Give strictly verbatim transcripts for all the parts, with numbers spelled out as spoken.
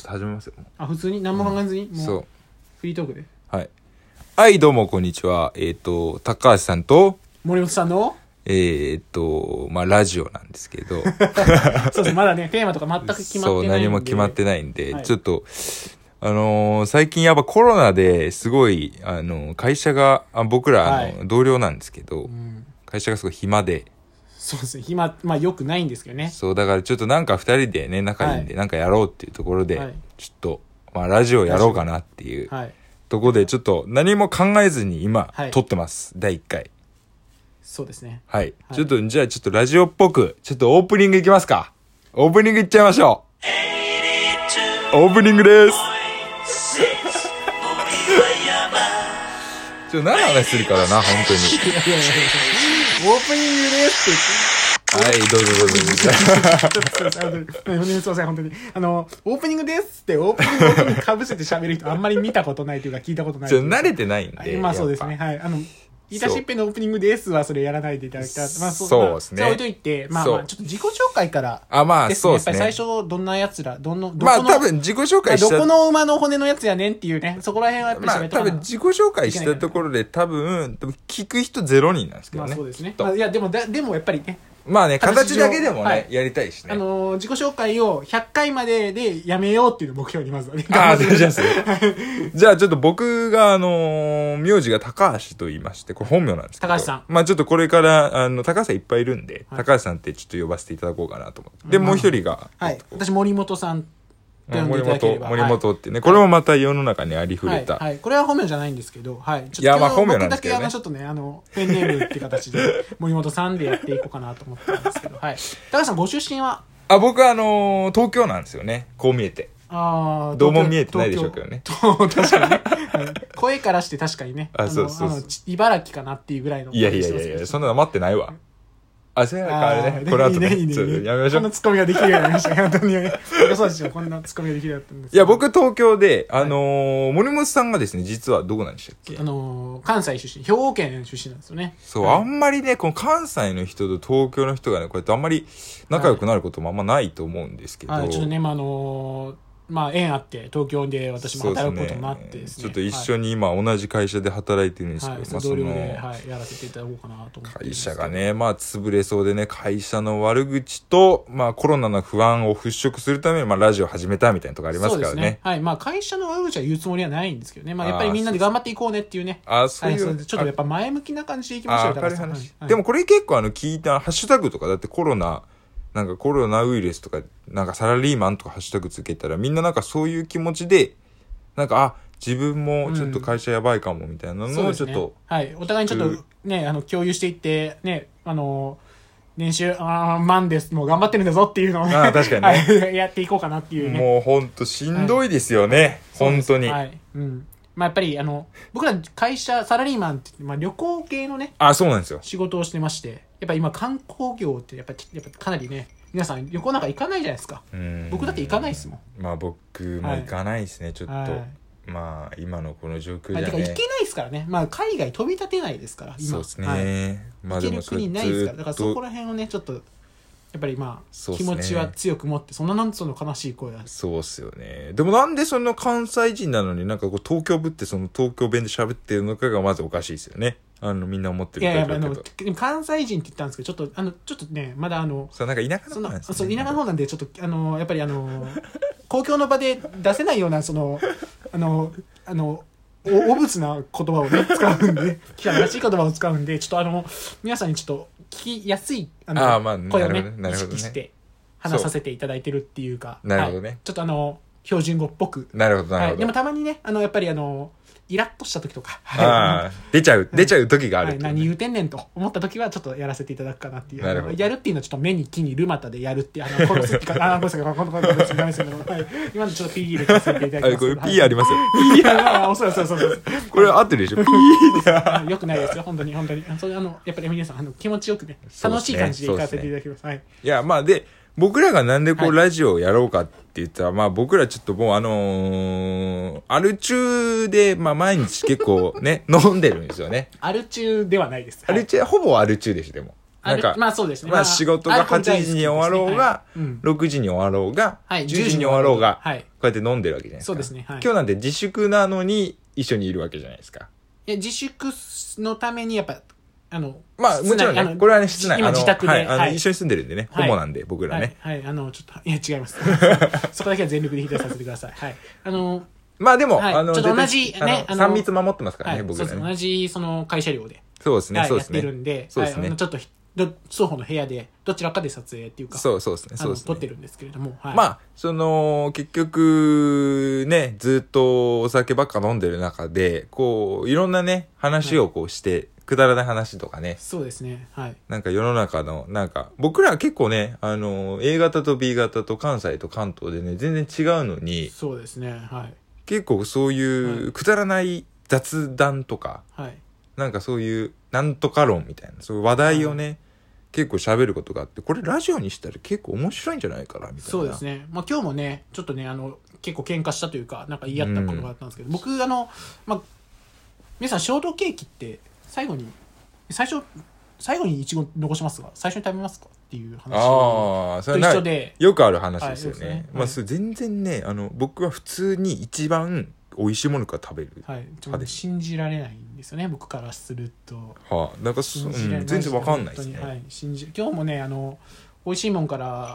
始めますよ。 あ、普通に何も考えずに、うん、もうそうフリートークで。 はい。はい、どうもこんにちは。えっ、ー、と高橋さんと森本さんのえっ、ー、とまあラジオなんですけど、 そうですまだねテーマとか全く決まってないんで、そう何も決まってないんで、はい、ちょっとあのー、最近やっぱコロナですごいあの会社があ僕らあの、はい、同僚なんですけど、うん、会社がすごい暇で。 そうですね暇まあよくないんですけどね。 そうだからちょっとなんか二人でね仲いいんで、はい、なんかやろうっていうところで、はい、ちょっとまあラジオやろうかなっていう、はい、ところでちょっと何も考えずに今、はい、撮ってますだいいっかい。 そうですね。 はい、はい、ちょっとじゃあちょっとラジオっぽくちょっとオープニングいきますか。オープニングいっちゃいましょう。オープニングです。ちょっと何の話するからな本当に。 オープニングですってはい、どうぞどうぞ。 ちょっとすいません、すいません、本当に。あの、オープニングですって、オープニングの音に被せて喋る人あんまり見たことないというか聞いたことない。 ちょっと慣れてないんで。 まあそうですね、はい。あの、言い出しっぺのオープニングですはそれやらないでいただきたい。まあそう、そうですね。 まあ、置いといて、まあまあ、ちょっと自己紹介から、ね。 あ、まあそうですね。 やっぱり最初、どんな奴ら、どの、どこの、 まあ多分自己紹介した。 どこの馬の骨のやつやねんっていうね、そこら辺はやっぱり喋ってまあ多分自己紹介したところで多分、聞く人ゼロにんなんですけどね。 まあそうですね。まあ、いや、でもだ、でもやっぱりね、 まあね、形だけでもね、はい、やりたいしね。 あのー、自己紹介をひゃっかいまででやめようっていうのを目標にまずはね。 ああ、そうですね。じゃあちょっと僕が、あのー、名字が高橋と言いまして、これ本名なんですけど。 高橋さん。 まあちょっとこれから、あの、高橋さんいっぱいいるんで、はい、高橋さんってちょっと呼ばせていただこうかなと思って。で、もう一人が。 はい。私、森本さん。 森本、森本ってね、はい、これもまた世の中にありふれた、 はいはい、これは本名じゃないんですけど、はい。 いや、まあ本名なんですけど、ね、 僕だけあの、ちょっとね、あの、ペンネームっていう形で、森本さんでやっていこうかなと思ってたんですけど、はい。高橋さん、ご出身は？ あ、僕はあのー、東京なんですよね。こう見えて。ああ、どうも見えてないでしょうけどね。 確かにね。はい、声からして確かにね。 あ、そうそうそう。あの、 茨城かなっていうぐらいの。 いやいやいやいや、そんなの待ってないわ。あ、そうやからね。この後ね。 いいね、いいね。 やめましょう。 こんなツッコミができるようになりました。本当にね。そうですよ。こんなツッコミができるようになったんです。 いや、僕東京で、あのー、森本さんがですね、実はどこなんでしたっけ？ あのー、関西出身、兵庫県出身なんですよね。 そう、はい、あんまりね、この関西の人と東京の人がね、こうやってあんまり仲良くなることもあんまないと思うんですけど。 はい、ちょっとね、まあ、あのー、まあ、縁あって東京で私も働くことになってですね、 ちょっと一緒に今同じ会社で働いてるんですけど、はい、 まあ、同僚で、はい、やらせていただこうかなと思って。 会社がね、まあ潰れそうでね、会社の悪口と、まあコロナの不安を払拭するために、まあラジオ始めたみたいなとこありますからね。そうですね。 はい。まあ会社の悪口は言うつもりはないんですけどね。まあやっぱりみんなで頑張っていこうねっていうね。 ああ、そういう、 はい、ちょっとやっぱ前向きな感じでいきましょうよ。 あ、明るい話。はい、でもこれ結構あの聞いた、ハッシュタグとかだってコロナ、なんかコロナウイルスとか、なんかサラリーマンとかハッシュタグつけたら、みんななんかそういう気持ちで、なんか、あ、自分もちょっと会社やばいかもみたいなのをちょっと、うんね、 はい。お互いにちょっとね、あの、共有していって、ね、あの、年収、あー、万です。もう頑張ってるんだぞっていうのをね。 あ、確かにね、 はい。やっていこうかなっていうね。 もうほんとしんどいですよね。はい、本当に。 はい。うん。まあやっぱりあの、僕ら会社、サラリーマンって、まあ旅行系のね。 あ、そうなんですよ。 仕事をしてまして。やっぱ今観光業ってやっぱり、やっぱかなりね、皆さん旅行なんか行かないじゃないですか。僕だって行かないですもん。 まあ僕も行かないですね、はい、ちょっと、はい、まあ今のこの状況じゃね、まあ、 てか行けないですからね。まあ海外飛び立てないですから今。 そうですね、 はい、 まあでも行ける国ないですから。だからそこら辺をねちょっとやっぱりまあ、ね、気持ちは強く持って、そんななんその悲しい声は。 そうっすよね。でもなんでその関西人なのになんかこう東京ぶってその東京弁で喋ってるのかがまずおかしいですよね。あのみんな思ってる。 いやいや、あの関西人って言ったんですけど、ちょっとあのちょっとねまだあのそうなんか田舎の方なんですね。 そう田舎の方なんでちょっとあのやっぱりあの公共の場で出せないようなそのあのあのお物な言葉をね使うんで、汚らしい言葉を使うんで、ちょっとあの皆さんにちょっと聞きやすいあのあ、まあ、 声をね意識して話させていただいてるっていうか、 なるほどね、はい、 ちょっとあの標準語っぽく。 なるほどなるほど、はい、 でもたまにねあのやっぱりあのイラッとした時とか、 ああ出ちゃう出ちゃう時がある、 はい、何言うてんねんと思った時はちょっとやらせていただくかなっていう。やるっていうのはちょっと目に木にルマタでやるっていう、あの殺すっていうか、あごめんなさい、このこの別にダメですけど、はい、今のちょっと ピー 入れさせていただきます。 あ、これ P ありますよ。 いや、そうそうそうそう。 これ合ってるでしょ。P でよくないですよ、本当に本当に。それあのやっぱり皆さんあの気持ちよくね、楽しい感じでいかせていただきます。はい。 いやまあで。僕らがなんでこうラジオをやろうかって言ったら、はい、まあ僕らちょっともうあのー、アル中で、まあ毎日結構ね、飲んでるんですよね。 アル中ではないです。 アル中、ほぼアル中でしょ、でも。 あるなんか、 まあそうですね。 まあ仕事がはちじに終わろうが、 はい、うん、 ろくじに終わろうが、 はい、 じゅうじに終わろうが、 はい、 こうやって飲んでるわけじゃないですか。 そうですね。はい、 今日なんて自粛なのに一緒にいるわけじゃないですか。 いや、自粛のためにやっぱ、あの、 まあもちろんね、これはね、室内、 今自宅で、 はい、あの、 はい、 一緒に住んでるんでね、 はい、 ホモなんで、僕らね。 はい、はい、あの、ちょっと、いや、違います。そこだけは全力で否定させてください。はい。あの、 まあでも、 はい、 あの、 ちょっと同じ、ね、 あの、さん密守ってますからね、 はい、 僕らね。 そうです。同じ、その、会社寮で。 そうですね、そうですね。 やってるんで、 そうですね。 はい、ちょっと、ど双方の部屋で、どちらかで撮影っていうか、 そうそうですね、そうですね。 撮ってるんですけれども、はい、 まあ、その、結局、ね、ずっとお酒ばっか飲んでる中で、こう、いろんなね、話をこうして、はい、くだらない話とかね。 そうですね。はい。 なんか世の中の、なんか、僕らは結構ね、あの、A 型と B 型と関西と関東でね、全然違うのに、 そうですね。はい。 結構そういうくだらない雑談とか、 はい。 なんかそういう、なんとか論みたいな、そういう話題をね、はい、結構喋ることがあって、これラジオにしたら結構面白いんじゃないかな、みたいな。 そうですね。まあ今日もね、ちょっとね、あの、結構喧嘩したというか、なんか言い合ったことがあったんですけど、うん、僕、あの、まあ、皆さん、ショートケーキって、最後に、最初、最後にイチゴ残しますが、最初に食べますかっていう話と一緒で。 よくある話ですよね。はい、 ね、 まあ、それ全然ね、あの、僕は普通に一番美味しいものから食べる。 はい。ちょっと信じられないんですよね、僕からすると。 はあ、なんか、うん、全然わかんないですね。 はい。信じ、今日もね、あの、美味しいもんから、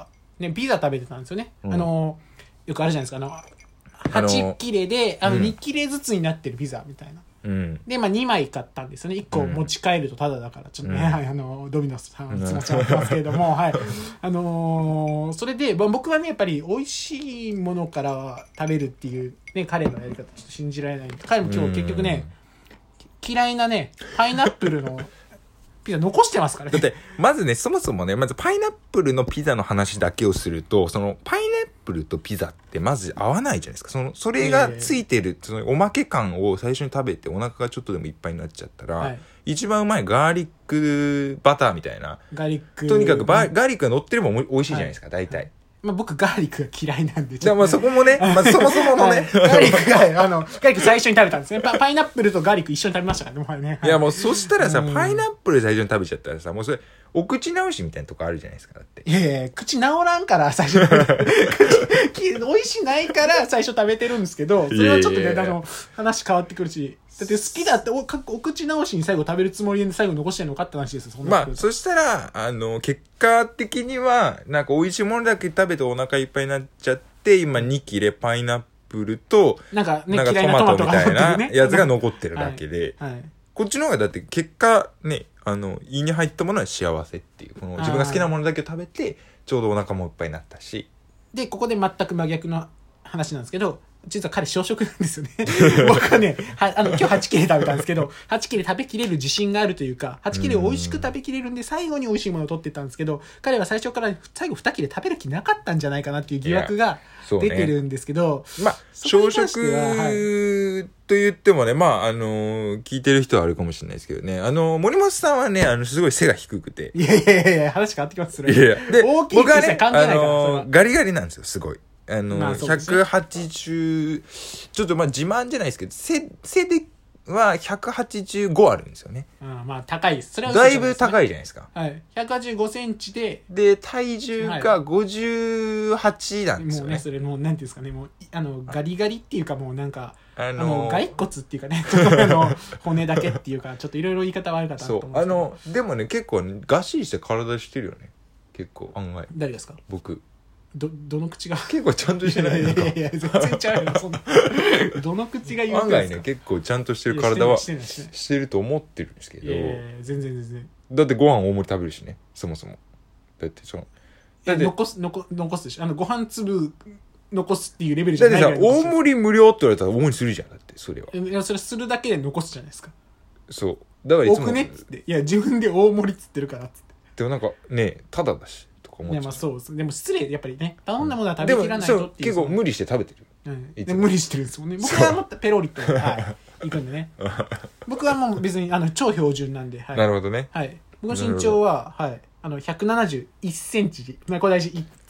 ね、ピザ食べてたんですよね。うん、あの、よくあるじゃないですか、あの、はち切れで、あの、に切れずつになってるピザみたいな。うん、で、まあ、にまい買ったんですよね。いっこ持ち帰るとタダだから、ちょっとね、うん、はい、あの、ドミノスさん、いつも使ってますけれども、はい。あのー、それで、まあ、僕はね、やっぱり、美味しいものから食べるっていう、ね、彼のやり方、ちょっと信じられない。彼も今日結局ね、嫌いなね、パイナップルの、ピザ残してますからね。 だって、まずね、そもそもね、まずパイナップルのピザの話だけをすると、その、パイナップルとピザってまず合わないじゃないですか。その、それがついてる、その、おまけ感を最初に食べてお腹がちょっとでもいっぱいになっちゃったら、はい、一番うまいガーリックバターみたいな。 ガーリック。 とにかくガーリックが乗ってれば美味しいじゃないですか、はい、大体。 まあ、僕ガーリックが嫌いなんでじゃあまあそこもね、まあそもそものね、はい、 ガーリックが、あの、ガーリック最初に食べたんですね。パ, パイナップルとガーリック一緒に食べましたからね、もうね。 はい、いやもうそしたらさ、パイナップル最初に食べちゃったらさ、もうそれ、お口直しみたいなとこあるじゃないですか、だって。 いやいや、口治らんから最初に食べて、口、美味しないから最初食べてるんですけど、それはちょっとね、あの、話変わってくるし、だって好きだってお、お口直しに最後食べるつもりで最後残してんのかって話ですよ、そんな。 まあ、そしたら、あの、結果的には、なんか美味しいものだけ食べてお腹いっぱいになっちゃって、今に切れパイナップルと、 なんかね、 なんかトマトみたいなやつが残ってるだけで、 はいはい、 こっちの方がだって結果ね、あの、胃に入ったものは幸せっていう、この自分が好きなものだけを食べて、ちょうどお腹もいっぱいになったし。 で、ここで全く真逆の話なんですけど、実は彼小食なんですよね。僕はね、は、あの、今日はち切れ食べたんですけど、はち切れ食べきれる自信があるというか、はち切れを美味しく食べきれるんで、最後に美味しいものを取ってたんですけど、彼は最初から最後に切れ食べる気なかったんじゃないかなっていう疑惑が出てるんですけど、 ね、まあ、小食と言ってもね、まあ、あのー、聞いてる人はあるかもしれないですけどね、あのー、森本さんはね、あの、すごい背が低くて。 いやいやいや、話変わってきます、それ。 いやいや、で、 大きい小さい関係ないから、 あのー、ガリガリなんですよ、すごい。あの、 まあ、 ひゃくはちじゅう、ちょっとまあ自慢じゃないですけど、背、背ではひゃくはちじゅうごあるんですよね。 ああまあ高いです。それは、 ね、だいぶ高いじゃないですか。 はい。ひゃくはちじゅうごセンチで。 で、体重がごじゅうはちなんですよね。 もうね、それもう、なんていうんですかね、もう、あの、ガリガリっていうかもうなんか、 あのー、 あの、骸骨っていうかね、ちょっとあの、骨だけっていうか、ちょっといろいろ言い方はあるかと思うんですけど。 そう。あの、でもね、結構、ね、がっしりして体してるよね。結構、案外。 誰ですか？ 僕。 ど、どの口が結構ちゃんとしてないのか。 いやいや、全然ちゃうよ、そんな。どの口が言う案外ね、結構ちゃんとしてる体はしてしてると思ってるんですけど。 いやいや全然全然。 だってご飯大盛り食べるしね、そもそも。だってその、 だって残す、残、残すでしょ。あの、ご飯粒残すっていうレベルじゃないだってさ、大盛り無料って言われたら大盛りするじゃん、だって、それは。 いや、それするだけで残すじゃないですか。 そう。だからいつも。 多くねっつって。いや、自分で大盛りっつってるからっつって。 でもなんかね、ただだし。 いやまあそうです。でも失礼、やっぱりね、頼んだものは食べきらないとっていう。 結構無理して食べてる。 うん、で無理してるんですもんね。僕はもっとペロリと、はい、いくんでね。僕はもう別にあの超標準なんで、はい。 なるほどね。 はい。僕の身長は、はい、あのひゃくななじゅういちセンチ、まあこれ大事、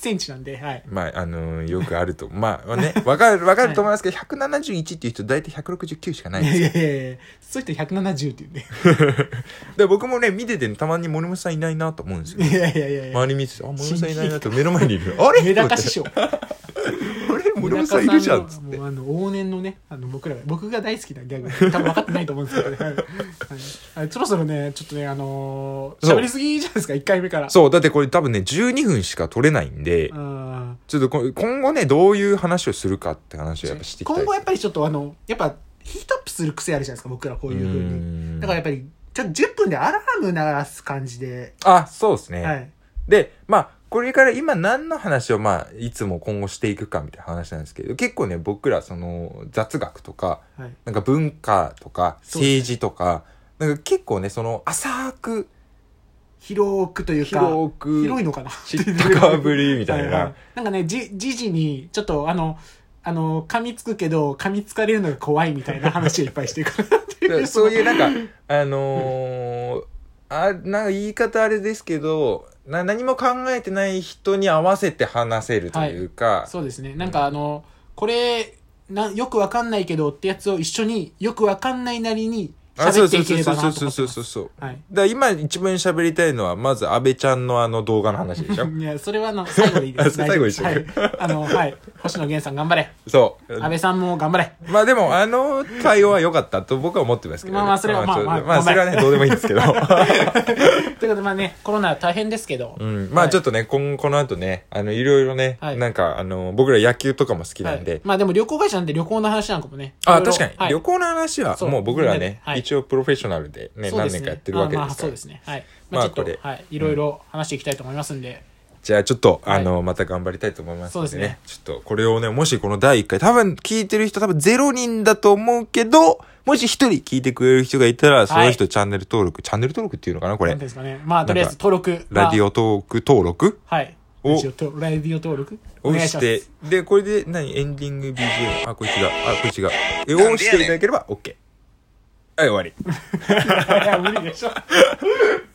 センチなんで、はい。 まあ、あのー、よくあると。まあね、わかる、わかると思いますけど、ひゃくななじゅういちっていう人、だいたいひゃくろくじゅうきゅうしかないんですよ。 いやいやいやそういう人ひゃくななじゅうっていうね。 で僕もね、見てて、たまに森本さんいないなと思うんですよ。 いやいやいやいや。 周り見てて、あ、森本さんいないなと目の前にいる。あれメダカ師匠。 あれ森本さんいるじゃんっつって。 もうあの往年のね、あの僕らが僕が大好きなギャグ、多分分かってないと思うんですけど、ねはいはい、そろそろねちょっとねあのー、喋りすぎじゃないですかいっかいめから。 そうだってこれ多分ねじゅうにふんしか撮れないんで、 あちょっとこ今後ねどういう話をするかって話をやっぱしていきたいです。 今後やっぱりちょっとあのやっぱヒートアップする癖あるじゃないですか僕らこういう風に。だからやっぱりちょっとじゅっぷんでアラーム鳴らす感じで。 あ、そうですね。 はい。 でまあこれから今何の話をまあいつも今後していくかみたいな話なんですけど、結構ね僕らその雑学とか、はい、なんか文化とか政治とか、ね、なんか結構ねその浅く広くというか広く広いのかな知ったかぶりみたいなはい、はい、 なんかねじ時事にちょっとあのあの噛みつくけど噛みつかれるのが怖いみたいな話をいっぱいしていくっていうそういうなんかあのー、あなんか言い方あれですけどな何も考えてない人に合わせて話せるというか、 はい、そうですねなんかあのこれなよくわかんないけどってやつを一緒によくわかんないなりに喋っていければなと思ってます。 そうそうそうそうそう、はい、だから今一番喋りたいのはまず安倍ちゃんのあの動画の話でしょいやそれはあの最後でいいです最後にしよう、 はい、あのはい星野源さん頑張れ。 そう安倍さんも頑張れ。 まあでもあの対応は良かったと僕は思ってますけど、ね、 まあまあそれはまあまあ、 まあそれはねどうでもいいんですけどということでまあねコロナ大変ですけど、 うん、まあちょっとね、はい、今この後ねあのいろいろね、はい、なんかあの僕ら野球とかも好きなんで、はい、 まあでも旅行会社なんで旅行の話なんかもねあ確かに、はい、旅行の話はもう僕らね、はい、一応プロフェッショナルでね、何年かやってるわけですから。 そうですね。はい。まあ、ちょっと、はい、いろいろ話していきたいと思いますんで。うん、 じゃあちょっと、あの、はい、また頑張りたいと思いますのでね。そうですね。ちょっと、これをね、もしこのだいいっかい、多分聞いてる人多分ゼロにんだと思うけど、もし一人聞いてくれる人がいたら、はい、その人チャンネル登録、チャンネル登録っていうのかなこれ。 なんですかね。まあ、とりあえず登録。 ラディオトーク登録はい。を、ラディオ登録をして、で、これで何エンディング ビージーエム、あ、こいつが、あ、こいつが、え、をしていただければ OK。はい、終わり。 いや、無理でしょ。